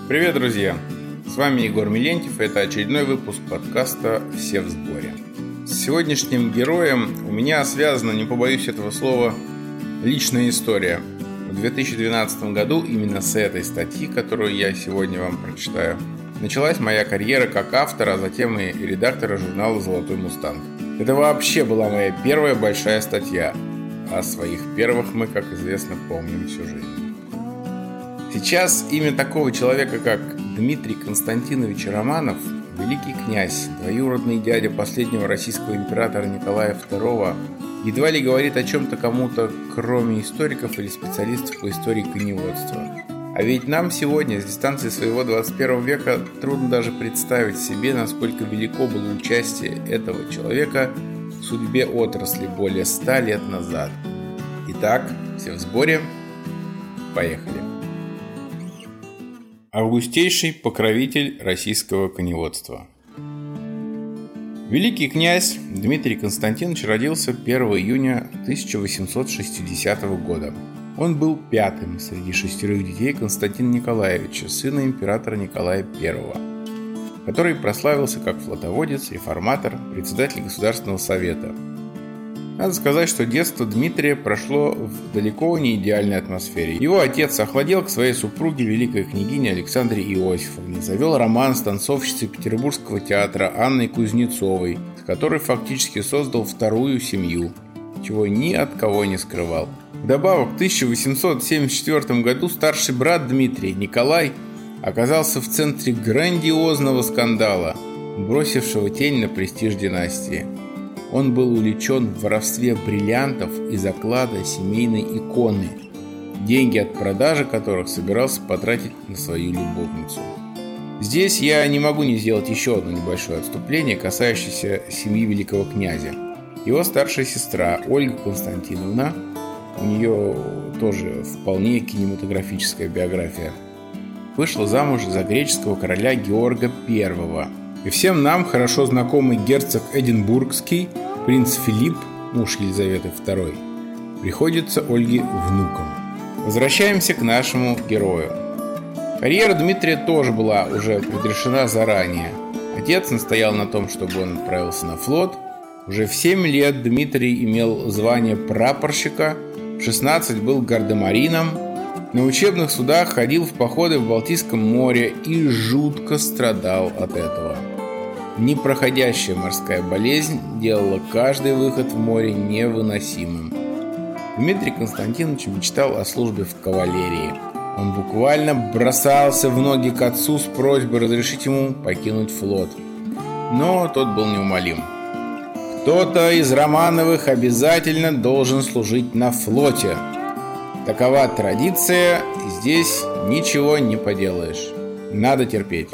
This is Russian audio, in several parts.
Привет, друзья! С вами Егор Милентьев, и это очередной выпуск подкаста «Все в сборе». С сегодняшним героем у меня связана, не побоюсь этого слова, личная история. В 2012 году именно с этой статьи, которую я сегодня вам прочитаю, началась моя карьера как автора, а затем и редактора журнала «Золотой мустанг». Это вообще была моя первая большая статья. О своих первых мы, как известно, помним всю жизнь. Сейчас имя такого человека, как Дмитрий Константинович Романов, великий князь, двоюродный дядя последнего российского императора Николая II, едва ли говорит о чем-то кому-то, кроме историков или специалистов по истории коневодства. А ведь нам сегодня, с дистанции своего 21 века, трудно даже представить себе, насколько велико было участие этого человека в судьбе отрасли более 100 лет назад. Итак, все в сборе. Поехали. Августейший покровитель российского коневодства. Великий князь Дмитрий Константинович родился 1 июня 1860 года. Он был пятым среди 6 детей Константина Николаевича, сына императора Николая I, который прославился как флотоводец, реформатор, председатель Государственного совета. Надо сказать, что детство Дмитрия прошло в далеко не идеальной атмосфере. Его отец охладел к своей супруге, великой княгине Александре Иосифовне, завел роман с танцовщицей Петербургского театра Анной Кузнецовой, с которой фактически создал вторую семью, чего ни от кого не скрывал. Вдобавок, в 1874 году старший брат Дмитрия, Николай, оказался в центре грандиозного скандала, бросившего тень на престиж династии. Он был увлечен в воровстве бриллиантов из оклада семейной иконы, деньги от продажи которых собирался потратить на свою любовницу. Здесь я не могу не сделать еще одно небольшое отступление, касающееся семьи великого князя. Его старшая сестра Ольга Константиновна, у нее тоже вполне кинематографическая биография, вышла замуж за греческого короля Георга I. И всем нам хорошо знакомый герцог Эдинбургский, принц Филипп, муж Елизаветы II, приходится Ольге внуком. Возвращаемся к нашему герою. Карьера Дмитрия тоже была уже предрешена заранее. Отец настоял на том, чтобы он отправился на флот. Уже в 7 лет Дмитрий имел звание прапорщика, в 16 был гардемарином, на учебных судах ходил в походы в Балтийском море и жутко страдал от этого. Непроходящая морская болезнь делала каждый выход в море невыносимым. Дмитрий Константинович мечтал о службе в кавалерии. Он буквально бросался в ноги к отцу с просьбой разрешить ему покинуть флот. Но тот был неумолим. Кто-то из Романовых обязательно должен служить на флоте. Такова традиция, и здесь ничего не поделаешь. Надо терпеть.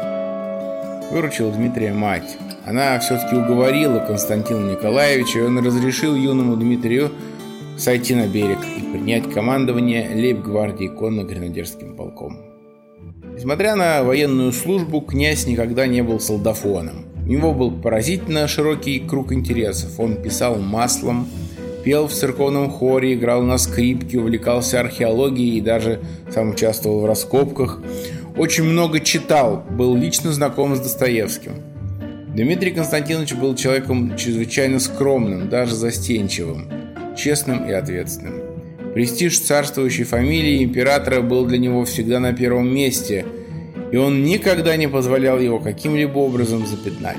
Выручила Дмитрия мать. Она все-таки уговорила Константина Николаевича, и он разрешил юному Дмитрию сойти на берег и принять командование лейб-гвардии конно-гренадерским полком. Несмотря на военную службу, князь никогда не был солдафоном. У него был поразительно широкий круг интересов. Он писал маслом, пел в церковном хоре, играл на скрипке, увлекался археологией и даже сам участвовал в раскопках. Очень много читал, был лично знаком с Достоевским. Дмитрий Константинович был человеком чрезвычайно скромным, даже застенчивым, честным и ответственным. Престиж царствующей фамилии императора был для него всегда на первом месте, и он никогда не позволял его каким-либо образом запятнать.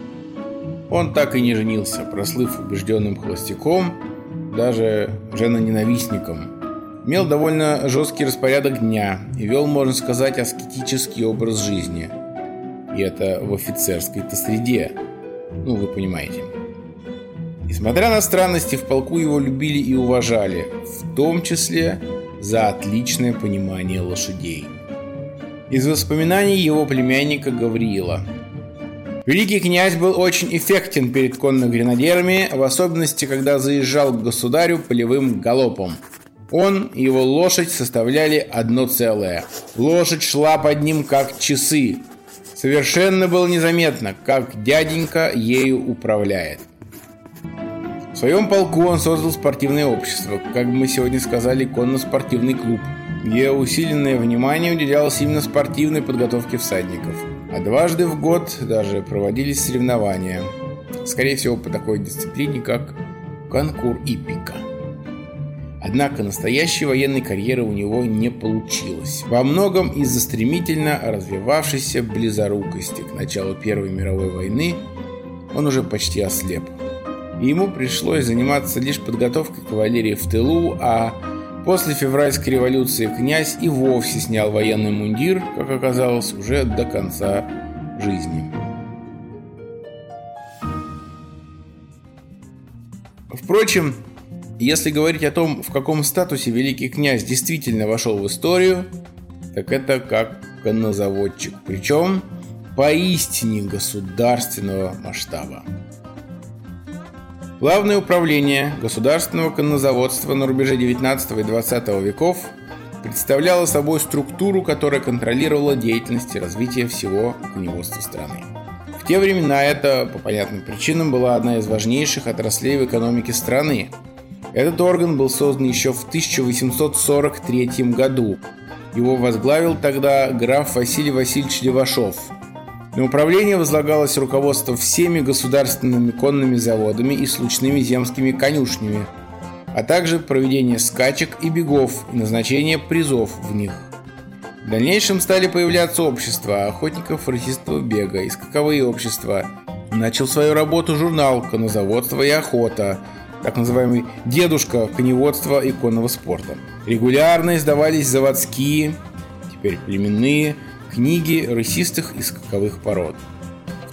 Он так и не женился, прослыв убежденным холостяком, даже женоненавистником. Имел довольно жесткий распорядок дня и вел, можно сказать, аскетический образ жизни. И это в офицерской-то среде. Вы понимаете. Несмотря на странности, в полку его любили и уважали, в том числе за отличное понимание лошадей. Из воспоминаний его племянника Гавриила. Великий князь был очень эффектен перед конно-гренадерами, в особенности, когда заезжал к государю полевым галопом. Он и его лошадь составляли одно целое. Лошадь шла под ним как часы. Совершенно было незаметно, как дяденька ею управляет. В своем полку он создал спортивное общество, как бы мы сегодня сказали, конно-спортивный клуб. где усиленное внимание уделялось именно спортивной подготовке всадников. А дважды в год даже проводились соревнования, скорее всего по такой дисциплине, как конкур иппика. Однако настоящей военной карьеры у него не получилось. Во многом из-за стремительно развивавшейся близорукости. К началу Первой мировой войны он уже почти ослеп. И ему пришлось заниматься лишь подготовкой кавалерии в тылу, а после февральской революции князь и вовсе снял военный мундир, как оказалось, уже до конца жизни. Впрочем, если говорить о том, в каком статусе великий князь действительно вошел в историю, так это как коннозаводчик, причем поистине государственного масштаба. Главное управление государственного коннозаводства на рубеже 19 и 20 веков представляло собой структуру, которая контролировала деятельность и развитие всего коневодства страны. В те времена это, по понятным причинам, была одна из важнейших отраслей в экономике страны. Этот орган был создан еще в 1843 году. Его возглавил тогда граф Василий Васильевич Левашов. На управление возлагалось руководство всеми государственными конными заводами и случными земскими конюшнями, а также проведение скачек и бегов и назначение призов в них. В дальнейшем стали появляться общества охотников рысистого бега и скаковые общества. Начал свою работу журнал «Коннозаводство и охота», так называемый «Дедушка коневодства и конного спорта». Регулярно издавались заводские, теперь племенные, книги рысистых и скаковых пород. В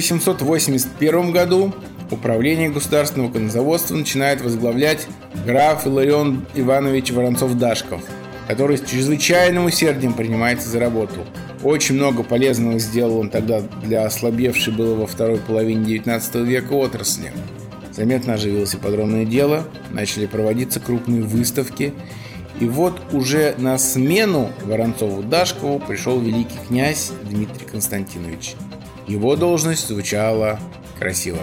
1881 году управление государственного коннозаводства начинает возглавлять граф Илларион Иванович Воронцов-Дашков, который с чрезвычайным усердием принимается за работу. Очень много полезного сделал он тогда для ослабевшей было во второй половине 19 века отрасли. Заметно оживилось ипподромное дело, начали проводиться крупные выставки. И вот уже на смену Воронцову-Дашкову пришел великий князь Дмитрий Константинович. Его должность звучала красиво.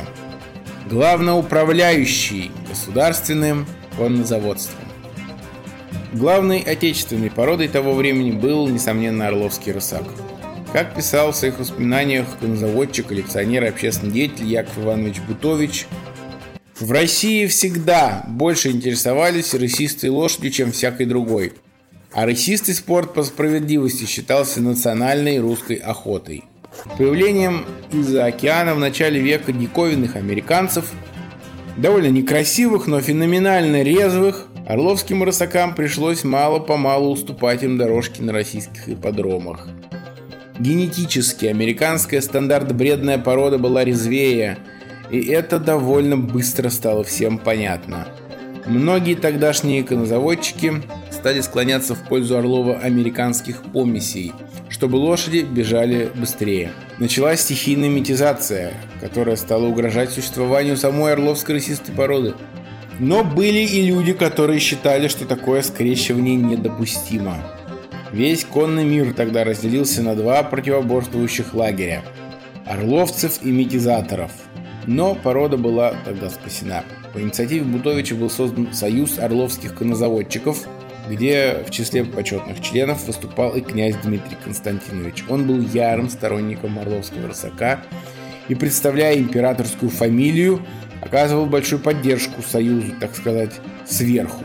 Главноуправляющий государственным коннозаводством. Главной отечественной породой того времени был, несомненно, орловский рысак. Как писал в своих воспоминаниях коннозаводчик, коллекционер и общественный деятель Яков Иванович Бутович, в России всегда больше интересовались рысистой лошадью, чем всякой другой. А рысистый спорт по справедливости считался национальной русской охотой. Появлением из-за океана в начале века диковинных американцев, довольно некрасивых, но феноменально резвых, орловским рысакам пришлось мало-помалу уступать им дорожки на российских ипподромах. Генетически американская стандарт-бредная порода была резвее, и это довольно быстро стало всем понятно. Многие тогдашние коннозаводчики стали склоняться в пользу орлово-американских помесей, чтобы лошади бежали быстрее. Началась стихийная метизация, которая стала угрожать существованию самой орловской рысистой породы. Но были и люди, которые считали, что такое скрещивание недопустимо. Весь конный мир тогда разделился на два противоборствующих лагеря – орловцев и метизаторов. Но порода была тогда спасена. По инициативе Бутовича был создан Союз орловских коннозаводчиков, где в числе почетных членов выступал и князь Дмитрий Константинович. Он был ярым сторонником орловского рысака и, представляя императорскую фамилию, оказывал большую поддержку Союзу, так сказать, сверху.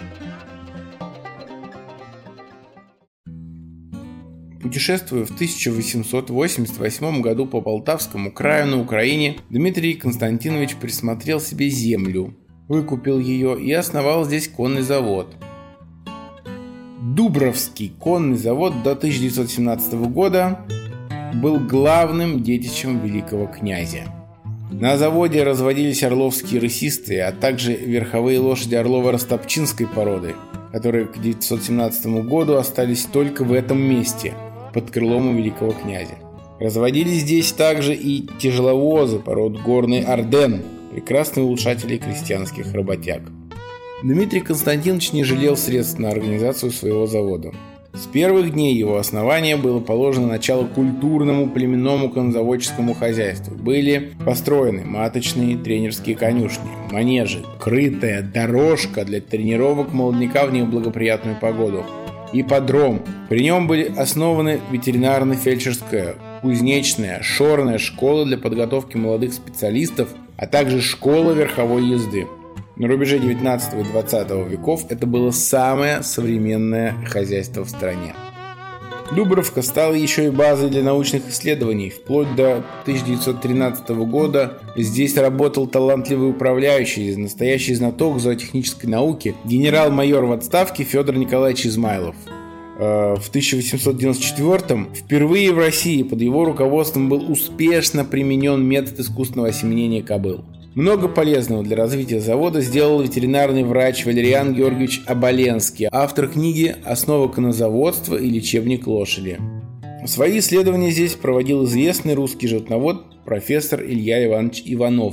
Путешествуя в 1888 году по Полтавскому краю на Украине, Дмитрий Константинович присмотрел себе землю, выкупил ее и основал здесь конный завод. Дубровский конный завод до 1917 года был главным детищем великого князя. На заводе разводились орловские рысистые, а также верховые лошади орлово-ростопчинской породы, которые к 1917 году остались только в этом месте, под крылом у великого князя. Разводились здесь также и тяжеловозы пород горный Арден, прекрасные улучшатели крестьянских работяг. Дмитрий Константинович не жалел средств на организацию своего завода. С первых дней его основания было положено начало культурному племенному коннозаводческому хозяйству. Были построены маточные тренерские конюшни, манежи, крытая дорожка для тренировок молодняка в неблагоприятную погоду. ипподром. При нем были основаны ветеринарно-фельдшерская, кузнечная, шорная школа для подготовки молодых специалистов, а также школа верховой езды. На рубеже 19 и 20 веков это было самое современное хозяйство в стране. Дубровка стала еще и базой для научных исследований. Вплоть до 1913 года здесь работал талантливый управляющий, настоящий знаток зоотехнической науки, генерал-майор в отставке Федор Николаевич Измайлов. В 1894-м впервые в России под его руководством был успешно применен метод искусственного осеменения кобыл. Много полезного для развития завода сделал ветеринарный врач Валериан Георгиевич Оболенский, автор книги «Основа конозаводства и лечебник лошади». Свои исследования здесь проводил известный русский животновод профессор Илья Иванович Иванов.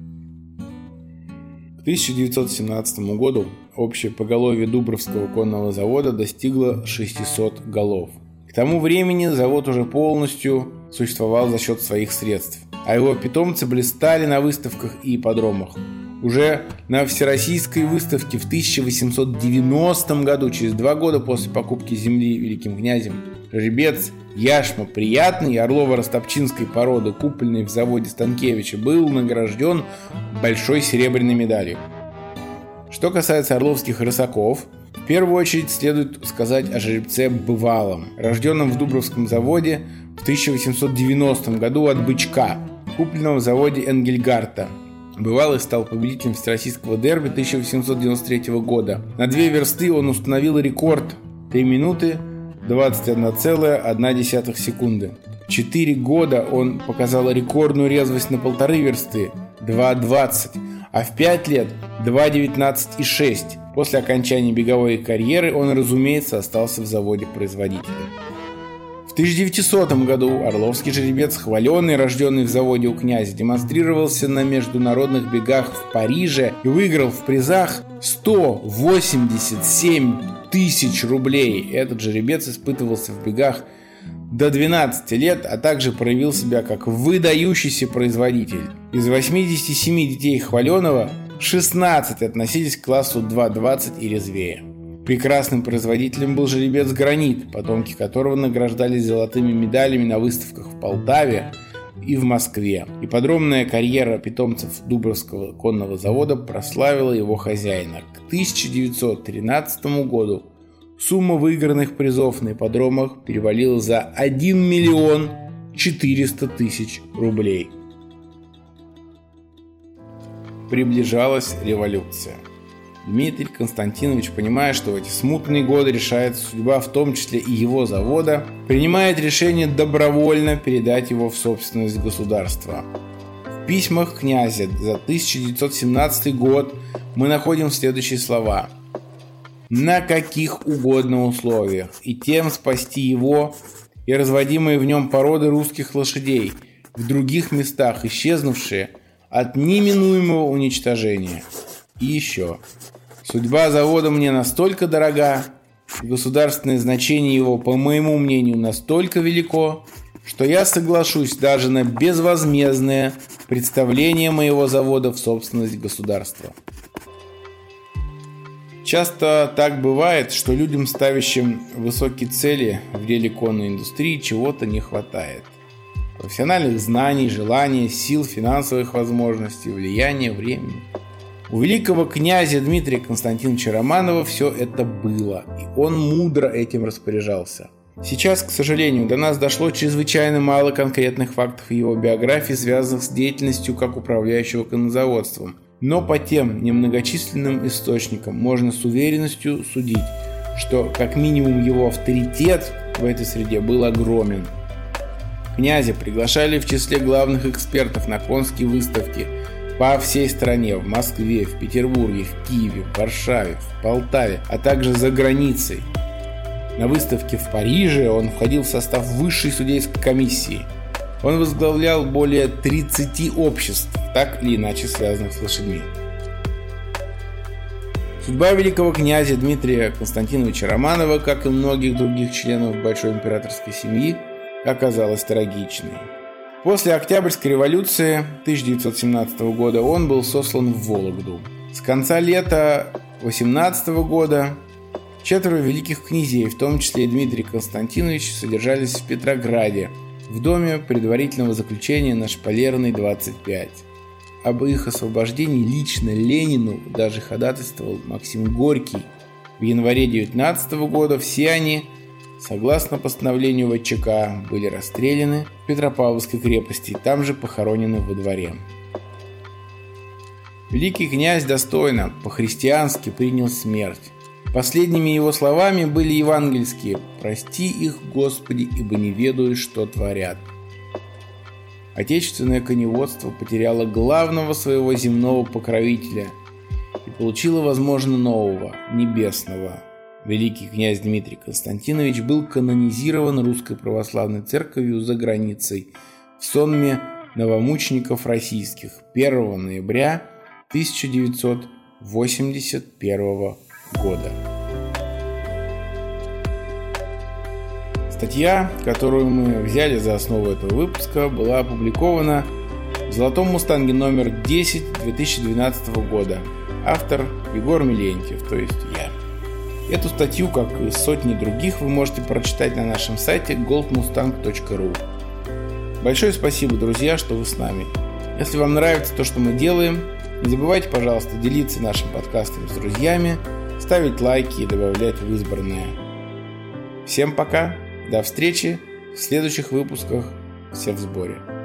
К 1917 году общее поголовье Дубровского конного завода достигло 600 голов. К тому времени завод уже полностью существовал за счет своих средств, а его питомцы блистали на выставках и ипподромах. Уже на Всероссийской выставке в 1890 году, через 2 года после покупки земли великим князем, жеребец яшма приятный Орлово-Ростопчинской породы, купленный в заводе Станкевича, был награжден большой серебряной медалью. Что касается орловских рысаков, в первую очередь следует сказать о жеребце Бывалом, рожденном в Дубровском заводе в 1890 году от бычка, купленного в заводе Энгельгарта. Бывалый стал победителем всероссийского дерби 1893 года. На 2 версты он установил рекорд 3 минуты 21,1 секунды. В 4 года он показал рекордную резвость на 1,5 версты 2,20, а в 5 лет 2,19,6. После окончания беговой карьеры он, разумеется, остался в заводе производителя. В 1900 году орловский жеребец, хваленый, рожденный в заводе у князя, демонстрировался на международных бегах в Париже и выиграл в призах 187 тысяч рублей. Этот жеребец испытывался в бегах до 12 лет, а также проявил себя как выдающийся производитель. Из 87 детей хваленого 16 относились к классу 2.20 и резвее. Прекрасным производителем был жеребец Гранит, потомки которого награждались золотыми медалями на выставках в Полтаве и в Москве. Ипподромная карьера питомцев Дубровского конного завода прославила его хозяина. К 1913 году сумма выигранных призов на ипподромах перевалила за 1 миллион 400 тысяч рублей. Приближалась революция. Дмитрий Константинович, понимая, что в эти смутные годы решается судьба, в том числе и его завода, принимает решение добровольно передать его в собственность государства. В письмах князя за 1917 год мы находим следующие слова: «На каких угодно условиях, и тем спасти его и разводимые в нем породы русских лошадей, в других местах исчезнувшие от неминуемого уничтожения. И еще. Судьба завода мне настолько дорога, государственное значение его, по моему мнению, настолько велико, что я соглашусь даже на безвозмездное представление моего завода в собственность государства». Часто так бывает, что людям, ставящим высокие цели в деле конной индустрии, чего-то не хватает. Профессиональных знаний, желаний, сил, финансовых возможностей, влияния, времени. У великого князя Дмитрия Константиновича Романова все это было, и он мудро этим распоряжался. Сейчас, к сожалению, до нас дошло чрезвычайно мало конкретных фактов его биографии, связанных с деятельностью как управляющего коннозаводством. Но по тем немногочисленным источникам можно с уверенностью судить, что как минимум его авторитет в этой среде был огромен. Князя приглашали в числе главных экспертов на конские выставки по всей стране, в Москве, в Петербурге, в Киеве, в Варшаве, в Полтаве, а также за границей. На выставке в Париже он входил в состав высшей судейской комиссии. Он возглавлял более 30 обществ, так или иначе связанных с лошадьми. Судьба великого князя Дмитрия Константиновича Романова, как и многих других членов большой императорской семьи, оказалась трагичной. После Октябрьской революции 1917 года он был сослан в Вологду. С конца лета 18 года 4 великих князей, в том числе и Дмитрий Константинович, содержались в Петрограде, в доме предварительного заключения на Шпалерной, 25. Об их освобождении лично Ленину даже ходатайствовал Максим Горький. В январе 19 года все они, согласно постановлению ВЧК, были расстреляны в Петропавловской крепости и там же похоронены во дворе. Великий князь достойно, по-христиански принял смерть. Последними его словами были евангельские: «Прости их, Господи, ибо не ведают, что творят». Отечественное коневодство потеряло главного своего земного покровителя и получило, возможно, нового, небесного. Великий князь Дмитрий Константинович был канонизирован Русской Православной Церковью за границей в сонме новомучеников российских 1 ноября 1981 года. Статья, которую мы взяли за основу этого выпуска, была опубликована в «Золотом Мустанге» номер 10 2012 года. Автор Егор Милентьев, то есть я. Эту статью, как и сотни других, вы можете прочитать на нашем сайте goldmustang.ru. Большое спасибо, друзья, что вы с нами. Если вам нравится то, что мы делаем, не забывайте, пожалуйста, делиться нашим подкастом с друзьями, ставить лайки и добавлять в избранное. Всем пока, до встречи в следующих выпусках «Все в сборе».